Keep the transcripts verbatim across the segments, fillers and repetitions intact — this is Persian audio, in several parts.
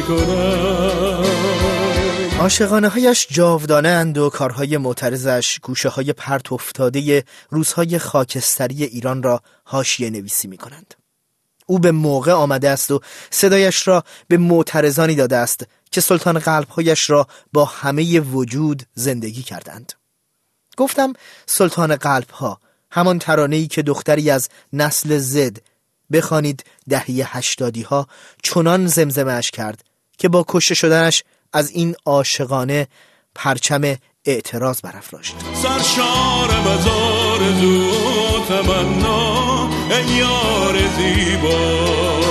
کنم. عاشقانه هایش جاودانه اند و کارهای معترضش گوشه های پرت افتاده روزهای خاکستری ایران را حاشیه نویسی می کنند. او به موقع آمده است و صدایش را به معترضانی داده است که سلطان قلبهایش را با همه وجود زندگی کردند. گفتم سلطان قلبها، همان ترانه‌ای که دختری از نسل زد بخوانید دهه هشتادی ها چنان زمزمه‌اش کرد که با کشته شدنش از این عاشقانه پرچم اعتراض برافراشت. سرشار مزار زو تمنا ای یار زیبا.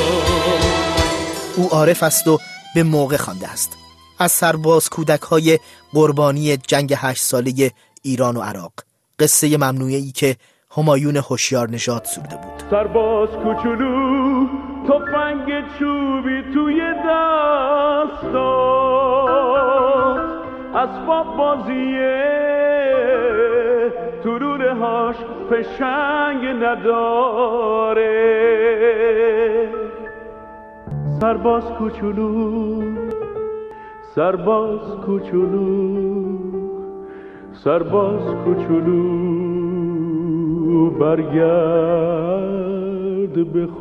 او عارف است و به موقع خوانده است. از سرباز کودک های قربانی جنگ هشت ساله ایران و عراق، قصه ممنوعه‌ای که همایون هوشیار نژاد سروده بود. سرباز کوچولو تفنگ چوبی توی دستات، اسباب بازیه تو روده هاش فشنگ نداره. سرباز کوچولو سرباز کوچولو سرباز کوچولو برگرد به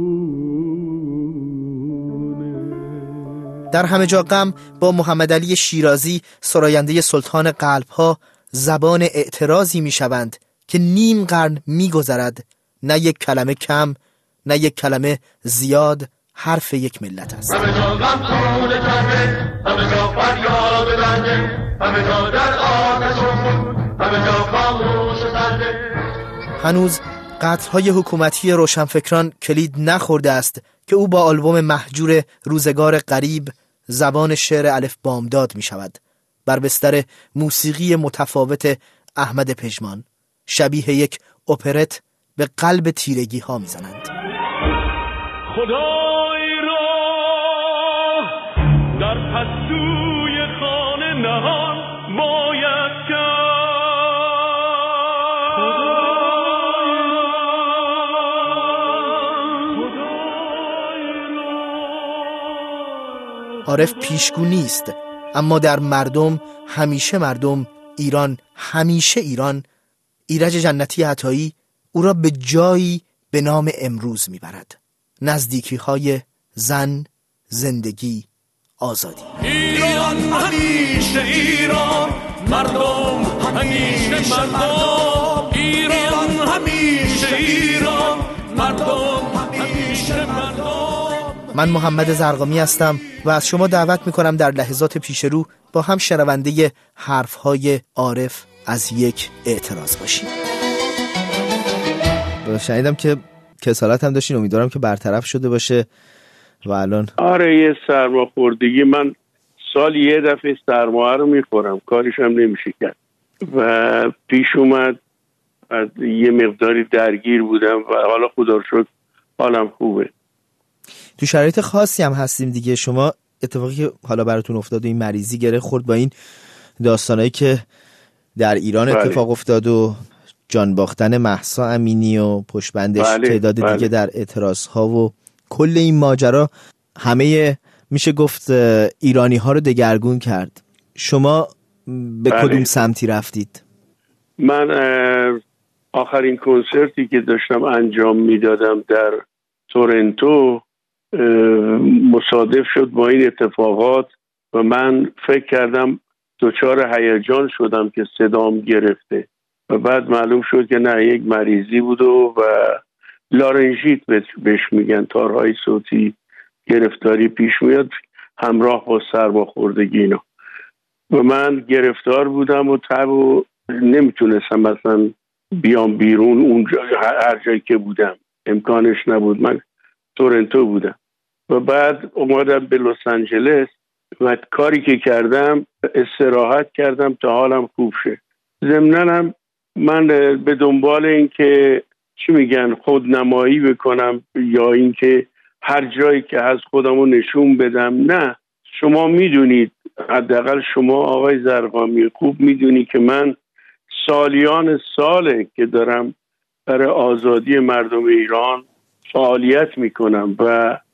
خونه. در همه جا غم با محمد علی شیرازی سراینده سلطان قلبها زبان اعتراضی می شوند که نیم قرن می گذرد نه یک کلمه کم نه یک کلمه زیاد حرف یک ملت است. همه جا غم خونه کرده، همه جا فریاد بنده، همه جا در آتش و خون، همه جا خاموش و سرده. هنوز قتل‌های حکومتی روشنفکران کلید نخورده است که او با آلبوم مهجور روزگار غریب زبان شعر الف بامداد می شود. بر بستر موسیقی متفاوت احمد پژمان شبیه یک اپرت به قلب تیرگی ها می زنند. خدای را در پستوی خانه نهان باید کرد. عارف پیشگو نیست، اما در مردم همیشه مردم، ایران همیشه ایران، ایرج جنتی عطایی او را به جایی به نام امروز میبرد. نزدیکی های زن، زندگی، آزادی. ایران همیشه ایران، مردم همیشه مردم. ایران همیشه ایران، مردم همیشه مردم. من محمد زرقامی هستم و از شما دعوت میکنم در لحظات پیش رو با هم شنونده حرفهای عارف از یک اعتراض باشیم. شنیدم که کسالت هم داشتین، امیدوارم که برطرف شده باشه و الان. آره یه سرماخوردگی، من سال یه دفعه سرما رو میخورم، کارش هم نمیشه کرد و پیش اومد، از یه مقداری درگیر بودم و حالا خدا رو شکر حالم خوبه. تو شرایط خاصی هم هستیم دیگه. شما اتفاقی که حالا براتون افتاد و این مریضی گره خورد با این داستانایی که در ایران بله. اتفاق افتاد و جان باختن مهسا امینی و پشتبندش بله. تعداد بله. دیگه در اعتراض ها و کل این ماجرا همه میشه گفت ایرانی ها رو دگرگون کرد. شما به بله. کدوم سمتی رفتید؟ من آخرین کنسرتی که داشتم انجام میدادم در تورنتو مصادف شد با این اتفاقات و من فکر کردم دچار هیجان شدم که صدام گرفته و بعد معلوم شد که نه، یک مریضی بود و, و لارنژیت بهش میگن، تارهای صوتی گرفتاری پیش میاد همراه با سرماخوردگی اینا و من گرفتار بودم و تب و نمیتونستم مثلا بیام بیرون اونجا، هر جایی که بودم امکانش نبود. من تورنتو بودم و بعد اومدم به لس آنجلس و کاری که کردم استراحت کردم تا حالم خوب شه. ضمناً هم من به دنبال این که چی میگن خودنمایی بکنم یا این که هر جایی که از خودمو نشون بدم. نه، شما میدونید، حداقل شما آقای زرقامی خوب میدونی که من سالیان ساله که دارم برای آزادی مردم ایران فعالیت میکنم و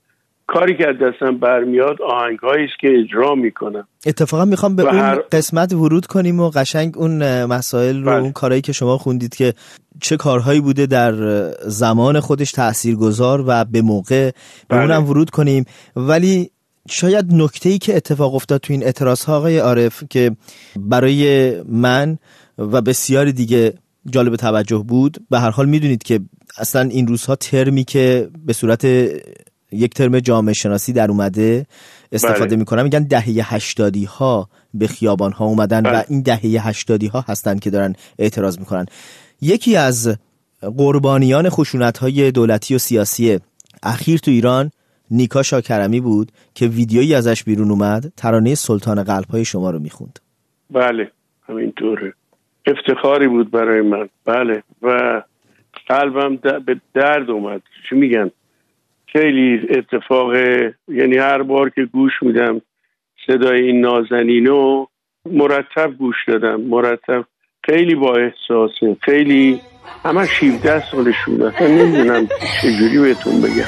کاری که از دستم برمیاد آهنگ‌هایی است که اجرا میکنم. اتفاقا میخوام به اون هر... قسمت ورود کنیم و قشنگ اون مسائل رو، اون کارهایی که شما خوندید که چه کارهایی بوده در زمان خودش تاثیرگذار و به موقع، به اونم ورود کنیم. ولی شاید نکته‌ای که اتفاق افتاد تو این اعتراض‌ها آقای عارف که برای من و بسیاری دیگه جالب توجه بود، به هر حال میدونید که اصلا این روزها ترمی که به صورت یک ترم جامعه شناسی در اومده استفاده بله. میکنن، میگن دهه هشتادی ها به خیابان ها اومدن بله. و این دهه هشتادی ها هستن که دارن اعتراض میکنن. یکی از قربانیان خشونت های دولتی و سیاسی اخیر تو ایران نیکا شاکرمی بود که ویدیویی ازش بیرون اومد، ترانه سلطان قلب های شما رو میخوند. بله همینطوره، افتخاری بود برای من. بله و قلبم به درد اومد. چی میگن، خیلی اتفاق، یعنی هر بار که گوش میدم صدای این نازنینو مرتب گوش دادم، مرتب، خیلی با احساسه، خیلی همه شیفده سالشون اصلا نمیدونم چجوری بهتون بگم.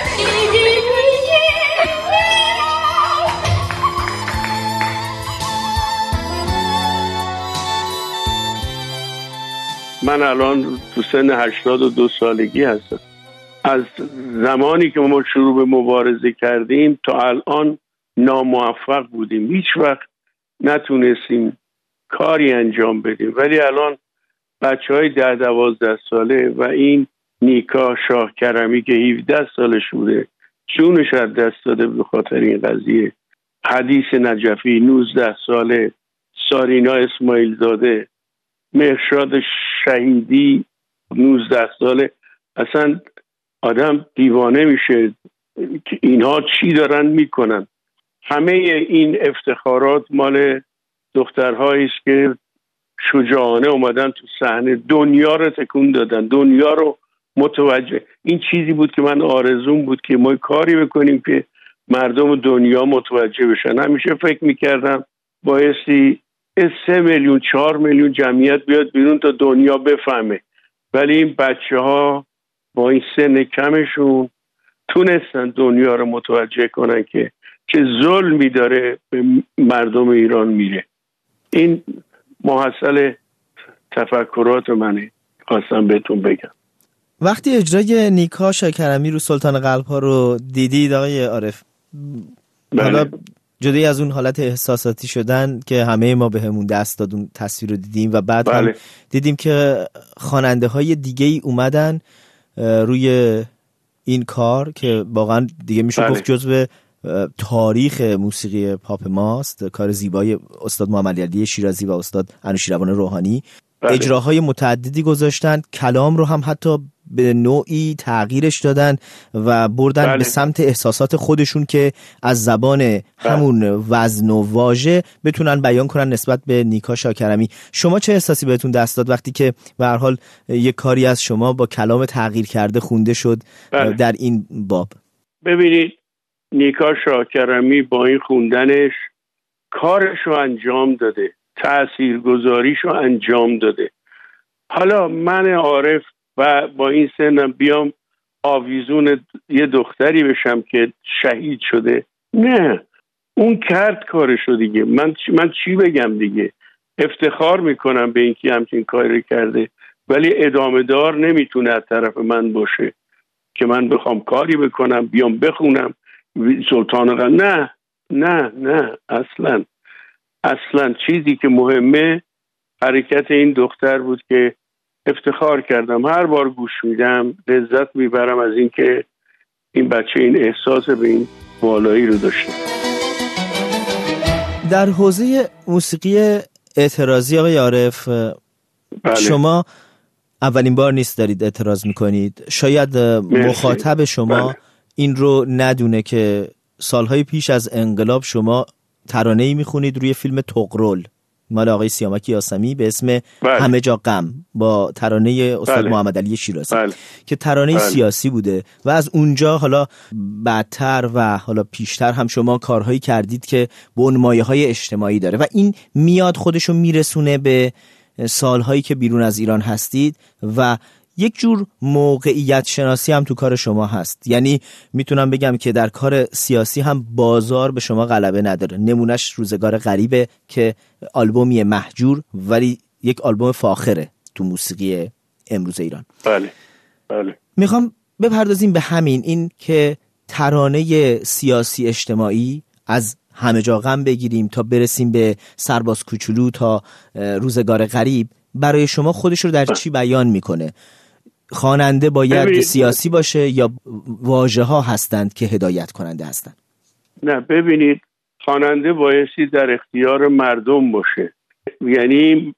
من الان تو سن هشتاد و دو سالگی هستم. از زمانی که ما شروع به مبارزه کردیم تا الان ناموفق بودیم، هیچ وقت نتونستیم کاری انجام بدیم. ولی الان بچه های ده دوازده ساله و این نیکا شاکرمی که هفده سالش بوده جونش از دست داده به خاطر این قضیه، حدیث نجفی نوزده ساله، سارینا اسماعیل زاده، مهرشاد شهیدی نوزده ساله، اصلا آدم دیوانه میشه که اینها چی دارن میکنن. همه این افتخارات مال دخترهایی است که شجاعانه اومدن تو صحنه، دنیا رو تکون دادن، دنیا رو متوجه. این چیزی بود که من آرزوم بود که ما کاری بکنیم که مردم دنیا متوجه بشن. همیشه فکر میکردم بایستی سه میلیون چهار میلیون جمعیت بیاد بیرون تا دنیا بفهمه، ولی این بچه ها با این سن کمشون تونستن دنیا رو متوجه کنن که چه ظلمی داره به مردم ایران میره. این محصل تفکرات منه، خواستم بهتون بگم. وقتی اجرای نیکا شاکرمی رو سلطان قلب ها رو دیدید آقای عارف، حالا جدای از اون حالت احساساتی شدن که همه ما به همون دست داد، اون تصویر رو دیدیم و بعد بله. هم دیدیم که خواننده های دیگه ای اومدن روی این کار که واقعا دیگه میشه بله. گفت جزو تاریخ موسیقی پاپ ماست، کار زیبای استاد محمد علی شیرازی و استاد انوشیروان روحانی. بله. اجراهای متعددی گذاشتن، کلام رو هم حتی به نوعی تغییرش دادن و بردن بله. به سمت احساسات خودشون که از زبان بله. همون وزن و واژه بتونن بیان کنن نسبت به نیکا شاکرمی. شما چه احساسی بهتون دست داد وقتی که به هر حال یک کاری از شما با کلام تغییر کرده خونده شد بله. در این باب؟ ببینید نیکا شاکرمی با این خوندنش کارش رو انجام داده، تاثیرگذاریش رو انجام داده. حالا من عارف و با این سنم بیام آویزون یه دختری بشم که شهید شده؟ نه، اون کرد کارشو دیگه. من من چی بگم دیگه؟ افتخار میکنم به اینکه همچین کاری کرده، ولی ادامه دار نمیتونه از طرف من باشه که من بخوام کاری بکنم بیام بخونم سلطان قلب. نه نه نه اصلا اصلا چیزی که مهمه حرکت این دختر بود که افتخار کردم. هر بار گوش میدم لذت میبرم از این که این بچه این احساس به این والایی رو داشته. در حوزه موسیقی اعتراضی آقای عارف بله. شما اولین بار نیست دارید اعتراض میکنید. شاید مرسی. مخاطب شما بله. این رو ندونه که سالهای پیش از انقلاب شما ترانه‌ای میخونید روی فیلم طغرل مال آقای سیامک یاسمی به اسم بله. همه جا غم با ترانه استاد بله. محمد علی شیرازی بله. که ترانه بله. سیاسی بوده و از اونجا حالا بعدتر و حالا پیشتر هم شما کارهایی کردید که بنمایه‌های اجتماعی داره و این میاد خودشو میرسونه به سالهایی که بیرون از ایران هستید و یک جور موقعیت شناسی هم تو کار شما هست. یعنی میتونم بگم که در کار سیاسی هم بازار به شما غلبه نداره. نمونش روزگار غریبه که آلبومی مهجور ولی یک آلبوم فاخره تو موسیقی امروز ایران. بله بله. میخوام بپردازیم به همین، این که ترانه سیاسی اجتماعی از همه جا غم بگیریم تا برسیم به سرباز کوچولو تا روزگار غریب، برای شما خودش رو در چی بیان میکنه؟ خواننده باید ببینید، سیاسی باشه یا واژه ها هستند که هدایت کننده هستند؟ نه ببینید، خواننده بایستی در اختیار مردم باشه. یعنی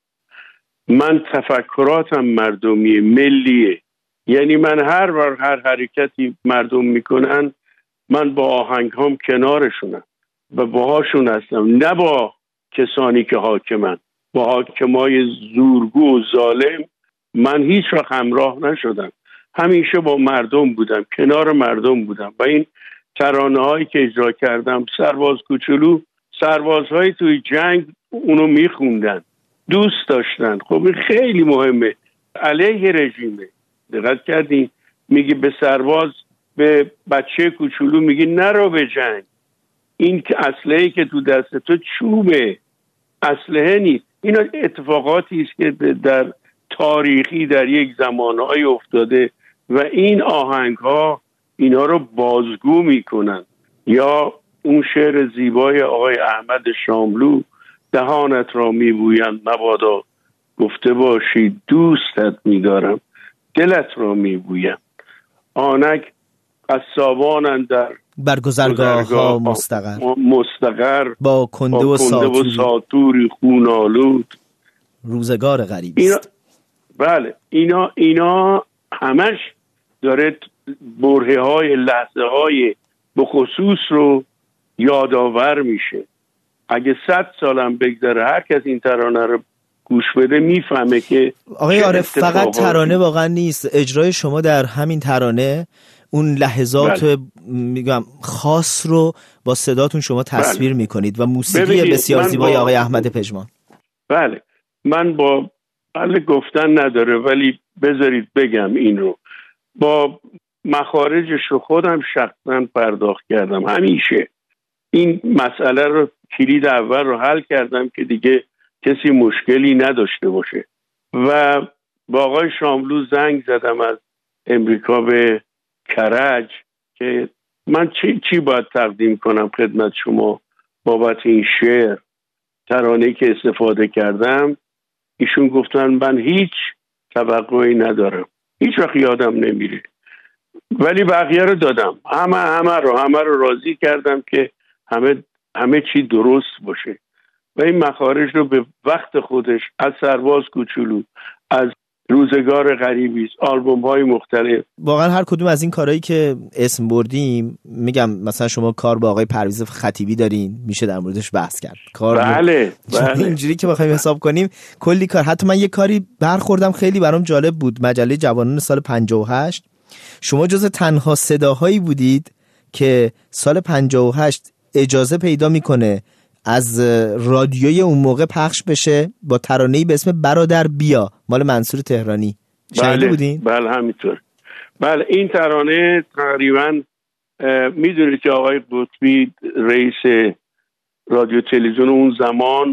من تفکراتم مردمی، ملیه. یعنی من هر بار هر حرکتی مردم میکنن من با آهنگ هم کنارشونم و باهاشون هستم، نه با کسانی که حاکمن. با حاکمای زورگو و ظالم من هیچ وقت همراه نشدم، همیشه با مردم بودم، کنار مردم بودم. و این ترانه هایی که اجرا کردم، سرباز کوچولو، سربازهای توی جنگ اونو میخوندن، دوست داشتن. خب این خیلی مهمه، علیه رژیمه. دقت کردین؟ میگی به سرباز، به بچه کوچولو میگی نرو به جنگ، این که اسلحه‌ای که تو دست تو چوبه، اسلحه نیست. اینا اتفاقاتی است که در تاریخی در یک زمانهایی افتاده و این آهنگ ها اینا رو بازگو میکنن. یا اون شعر زیبای آقای احمد شاملو، دهانت را میبویند مبادا گفته باشی دوستت میدارم، دلت را میبویم. آنک قصابانند در برگزرگاه ها مستقر مستقر با کنده و ساتوری, ساتوری خونالود روزگار غریب است. اینا بله اینا اینا همش داره برهه های لحظه های بخصوص رو یادآور میشه. اگه صد سالم بگذره هر کس این ترانه رو گوش بده میفهمه که آقای عارف فقط ترانه واقعا نیست، اجرای شما در همین ترانه اون لحظات بله. میگم خاص رو با صداتون شما تصویر بله. میکنید و موسیقی بسیار زیبای با... آقای احمد پژمان. بله من با بله گفتن نداره ولی بذارید بگم این رو، با مخارجش رو خودم شخصا پرداخت کردم. همیشه این مسئله رو کلید اول رو حل کردم که دیگه کسی مشکلی نداشته باشه و با آقای شاملو زنگ زدم از امریکا به کرج که من چی, چی باید تقدیم کنم خدمت شما بابت این شعر، ترانه‌ای که استفاده کردم. ایشون گفتن من هیچ توقعی ندارم، هیچ وقت یادم نمیره، ولی بقیه رو دادم، همه همه رو همه رو راضی کردم که همه همه چی درست باشه و این مخارج رو به وقت خودش از سرباز کوچولو، از روزگار غریبی است، آلبوم های مختلف. واقعا هر کدوم از این کارهایی که اسم بردیم، میگم مثلا شما کار با آقای پرویز خطیبی دارین، میشه در موردش بحث کرد. کار بله بله اینجوری که بخوایم حساب کنیم کلی کار. حتی من یه کاری برخوردم خیلی برام جالب بود، مجله جوانان سال پنجاه و هشت شما جز تنها صداهایی بودید که سال پنجاه و هشت اجازه پیدا میکنه از رادیوی اون موقع پخش بشه با ترانه‌ای به اسم برادر بیا مال منصور تهرانی. شنیده بله بودین؟ بله همینطور. بله این ترانه تقریبا میدونید که آقای قطبی رئیس رادیو تلویزیون اون زمان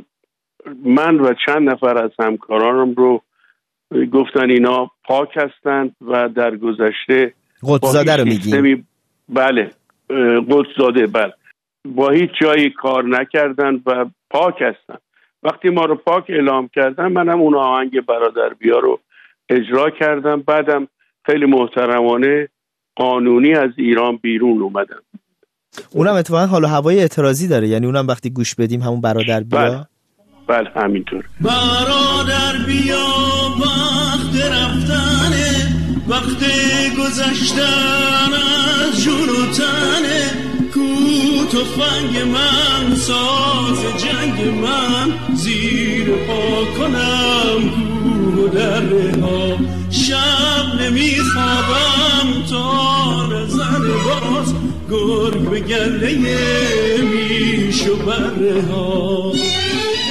من و چند نفر از همکارانم رو گفتن اینا پاک هستند و در گذشته قطبزاده رو میگیم. بله قطبزاده بله با هیچ جایی کار نکردن و پاک هستن. وقتی ما رو پاک اعلام کردن منم اون آهنگ برادر بیا رو اجرا کردم، بعدم خیلی محترمانه قانونی از ایران بیرون اومدم. اونم اتفاقا حال و هوای اعتراضی داره، یعنی اونم وقتی گوش بدیم همون برادر بیا. بله, بله همینطور. برادر بیا وقت رفتنه، وقت گذشتن از جون و تنه، تفنگ من ساز جنگ من، زیر پا کنم کوه و دره ها، شب نمیخوابم تا نزن باز گرگ به گله میش و بره ها.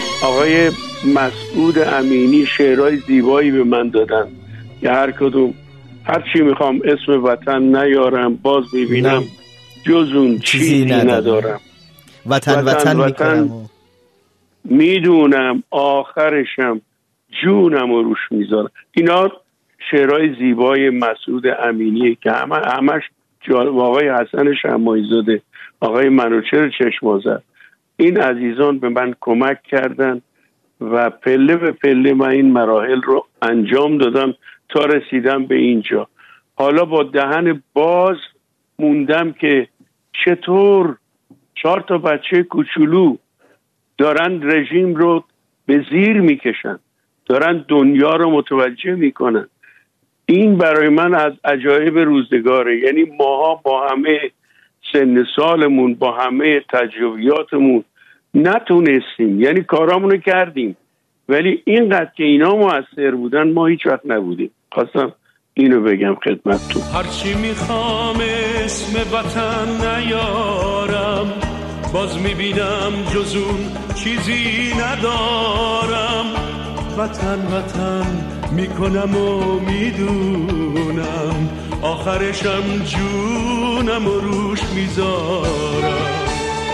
آقای مسعود امینی شعرهای زیبایی به من دادن که هر کدوم هر چی میخوام اسم وطن نیارم، باز میبینم جز اون چیزی ندارم. وطن وطن, وطن میکنم میدونم آخرشم جونم رو روش میذارم. اینا شعرهای زیبای مسعود امینی که همه همش آقای حسن شماعی زاده، آقای منوچهر چشم‌آذر، این عزیزان به من کمک کردن و پله به پله من این مراحل رو انجام دادم تا رسیدم به اینجا. حالا با دهن باز موندم که چطور چهار تا بچه کوچولو دارن رژیم رو به زیر میکشن، دارن دنیا رو متوجه میکنن. این برای من از عجایب روزگاره. یعنی ماها با همه سن سالمون، با همه تجربیاتمون نتونستیم، یعنی کارامونو کردیم، ولی اینقدر که اینا مؤثر بودن ما هیچ وقت نبودیم. خواستم اینو بگم خدمتتون. هرچی میخوام اسم وطن نیارم، باز میبینم جز اون چیزی ندارم. وطن وطن میکنم و میدونم آخرشم جونم و روش میذارم.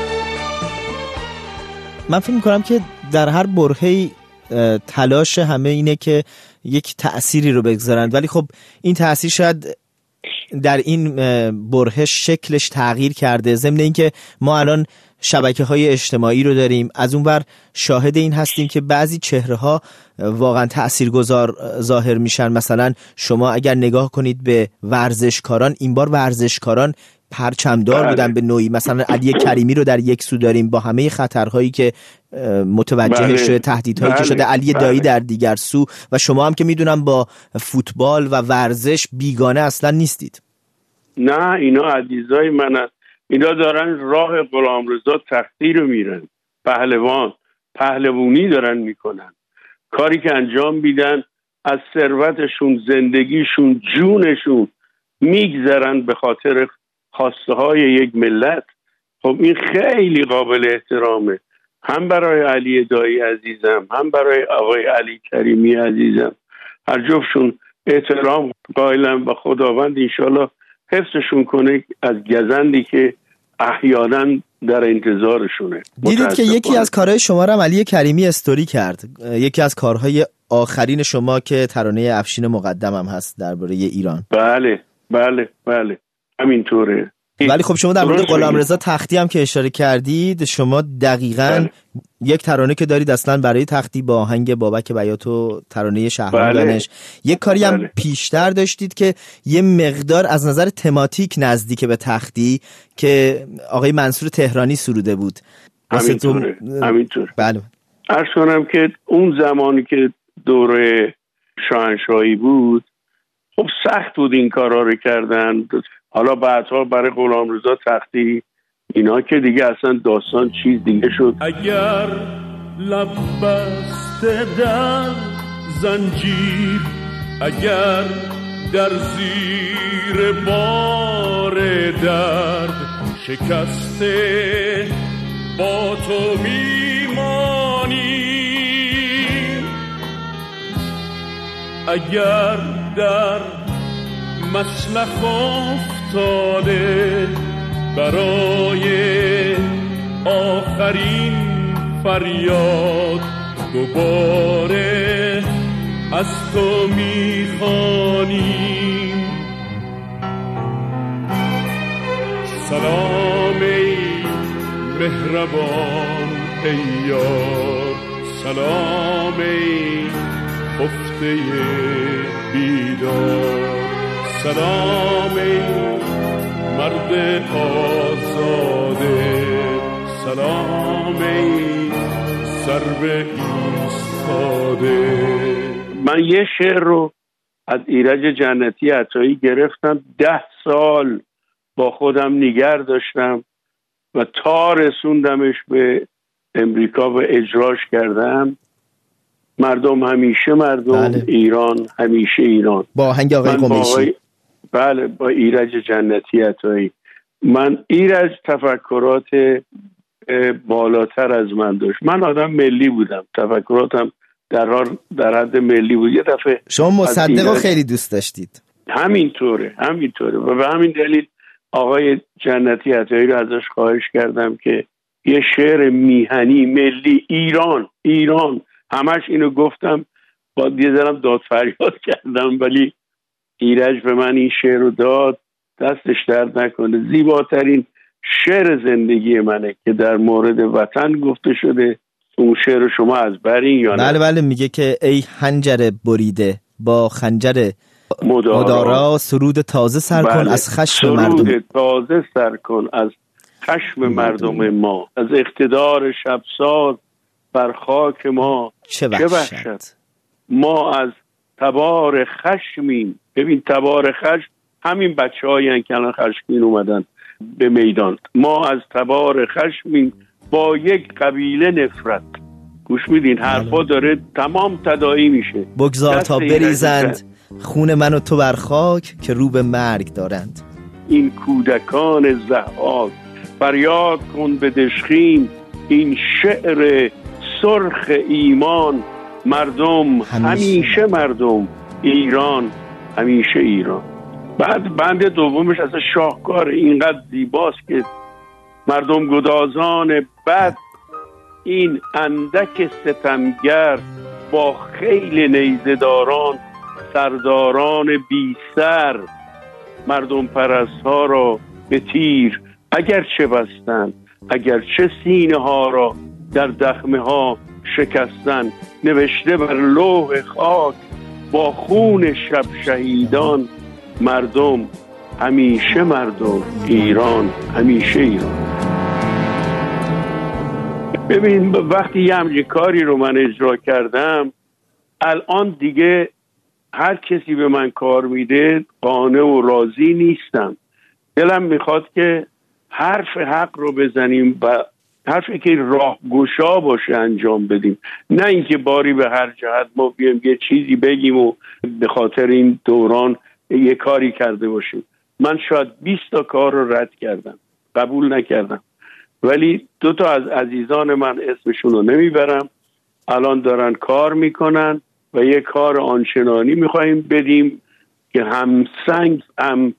من فکر میکنم که در هر برهه‌ای تلاش همه اینه که یک تأثیری رو بگذارند، ولی خب این تأثیر شاید در این برهه شکلش تغییر کرده. ضمن اینکه ما الان شبکه‌های اجتماعی رو داریم، از اون ور شاهد این هستیم که بعضی چهره‌ها واقعا تأثیرگذار ظاهر میشن. مثلا شما اگر نگاه کنید به ورزشکاران، این بار ورزشکاران پرچمدار بودن به نوعی. مثلا علی کریمی رو در یک سو داریم با همه خطرهایی که متوجه شده، تهدیدهایی که شده، علی دایی در دیگر سو، و شما هم که میدونم با فوتبال و ورزش بیگانه اصلا نیستید. نه، اینا عزیزای من هست. اینا دارن راه غلامرضا تختی رو میرن، پهلوان پهلوانی دارن میکنن، کاری که انجام میدن از ثروتشون، زندگیشون، جونشون میگذرن به خاطر خواسته های یک ملت. خب این خیلی قابل احترامه، هم برای علی دایی عزیزم، هم برای آقای علی کریمی عزیزم. هر جفتشون احترام قائلم و خداوند انشالله حفظشون کنه از گزندی که احیانا در انتظارشونه. دیدید که یکی از کارهای شما رو هم علی کریمی استوری کرد، یکی از کارهای آخرین شما که ترانه افشین مقدم هم هست درباره ایران. بله بله بله همینطوره. ولی خب شما در مورد غلامرضا تختی هم که اشاره کردید، شما دقیقاً بله. یک ترانه که دارید اصلا برای تختی با آهنگ بابک بیات و ترانه شهرام دانش، بله. یک کاری هم بله. پیشتر داشتید که یه مقدار از نظر تماتیک نزدیک به تختی که آقای منصور تهرانی سروده بود. همینطوره همینطوره. بله. عرض کنم که اون زمانی که دوره شاهنشاهی بود خب سخت بود این کارا رو کردن. حالا بعدها برای غلامرضا تختی اینا که دیگه اصلا داستان چیز دیگه شد. اگر لب بسته در زنجیر، اگر در زیر بار درد شکسته با تو میمانی، اگر در مسلخ افتاده برای آخرین فریاد دوباره از تو میخوانیم. سلام ای مهربان ای یار، سلام ای خفته بیدار، سلام ای مرد آزاده، سلام ای سر به ایستاده. من یه شعر رو از ایرج جنتی عطایی گرفتم، ده سال با خودم نگر داشتم و تا رسوندمش به امریکا و اجراش کردم. مردم همیشه مردم، بله. ایران همیشه ایران. با آهنگ آقای قمیشی. بله، با ایرج جنتی عطایی. من ایرج تفکرات بالاتر از من داشت. من آدم ملی بودم، تفکراتم در در حد ملی بود. یه دفعه شما مصدق رو خیلی دوست داشتید. همینطوره همینطوره و به همین دلیل آقای جنتی عطایی رو ازش خواهش کردم که یه شعر میهنی ملی ایران ایران همش اینو گفتم، با یه ذرم داد فریاد کردم، ولی ایرج به من این شعر رو داد، دستش درد نکنه. زیباترین شعر زندگی منه که در مورد وطن گفته شده. اون شعر شما از برین یا نه؟ بله بله، میگه که ای خنجر بریده با خنجر مدارا, مدارا سرود تازه سر کن بله. از خشم مردم، سرود تازه سر کن از خشم مردم, مردم ما، از اقتدار شبساز بر خاک ما چه وحشت. ما از تبار خشمیم. ببین تبار خشم همین بچه هایی که الان خشمگین اومدن به میدان. ما از تبار خشمیم با یک قبیله نفرت. گوش میدین حرفا داره تمام تداعی میشه. بگذار تا بریزند خون من و تو بر خاک که رو به مرگ دارند. این کودکان ضحاک فریاد کن به دشخیم، این شعر سرخ ایمان. مردم همیشه, همیشه مردم، ایران همیشه ایران. بعد بند دومش از شاهکار اینقدر زیباست که مردم گدازان بد این اندک ستمگر با خیل نیزداران سرداران بی سر مردم پرست ها را به تیر اگر چه بستن، اگر چه سینه ها را در دخمه ها شکستن. نوشته بر لوح خاک با خون شب شهیدان. مردم همیشه مردم، ایران همیشه ایران. ببین وقتی یه همچین کاری رو من اجرا کردم، الان دیگه هر کسی به من کار میده قانع و راضی نیستم. دلم میخواد که حرف حق رو بزنیم و حرفی که راه گشا باشه انجام بدیم، نه اینکه باری به هر جهت ما بیایم یه چیزی بگیم و به خاطر این دوران یه کاری کرده باشیم. من شاید بیست تا کار رو رد کردم، قبول نکردم، ولی دو تا از عزیزان من اسمشون رو نمیبرم، الان دارن کار میکنن و یه کار آنچنانی میخواییم بدیم که هم سنگ هم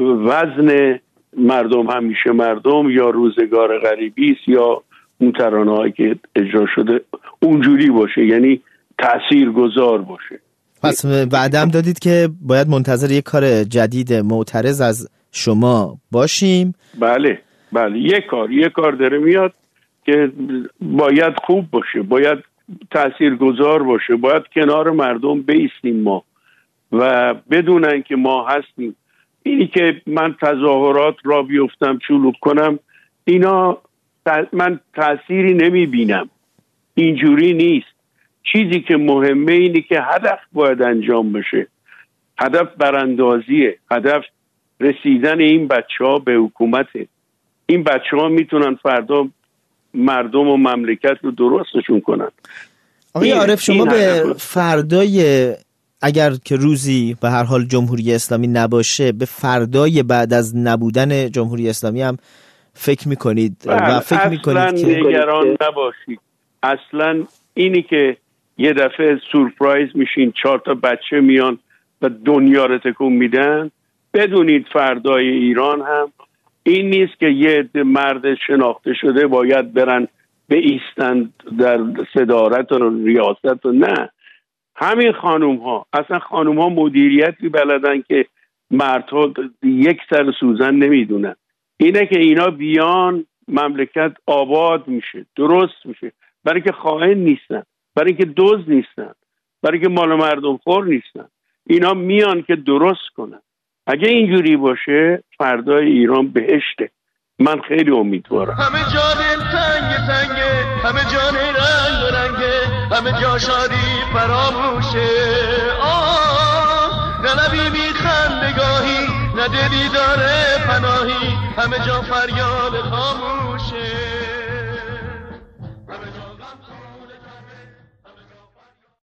وزن مردم همیشه مردم یا روزگار غریبی است یا اون ترانه هایی که اجرا شده اونجوری باشه، یعنی تأثیر گذار باشه. پس بعدم دادید که باید منتظر یک کار جدید معترض از شما باشیم. بله بله، یک کار یک کار داره میاد که باید خوب باشه، باید تأثیر گذار باشه، باید کنار مردم بایستیم ما و بدونن که ما هستیم. اینی که من تظاهرات را بیفتم چلوب کنم اینا من تأثیری نمی بینم، اینجوری نیست. چیزی که مهمه اینه که هدف باید انجام بشه، هدف براندازیه، هدف رسیدن این بچه ها به حکومته. این بچه ها میتونن فردا مردم و مملکت رو درستشون کنن. آقای عارف شما به فردای اگر که روزی به هر حال جمهوری اسلامی نباشه، به فردای بعد از نبودن جمهوری اسلامی هم فکر میکنید و فکر میکنید که اصلا نگران نباشید. اصلا اینی که یه دفعه سورپرایز میشین چهار تا بچه میان و دنیا رو تکون میدن، بدونید فردای ایران هم این نیست که یه مرد شناخته شده باید برن به ایستن در صدارت و ریاست و نه. همین خانوم ها، اصلا خانوم ها مدیریتی بلدن که مردها یک سر سوزن نمیدونن. اینه که اینا بیان مملکت آباد میشه، درست میشه، برای که خائن نیستن، برای که دزد نیستن، برای که مال مردم خور نیستن. اینا میان که درست کنن. اگه اینجوری باشه فردای ایران بهشته. من خیلی امیدوارم. همه جا دل تنگ تنگه، همه جا رنگ و رنگه، همه جا شادی فراموشه. آه نه لبی میخندگاهی، نه دلی داره پناهی، همه جا فریاد خاموشه.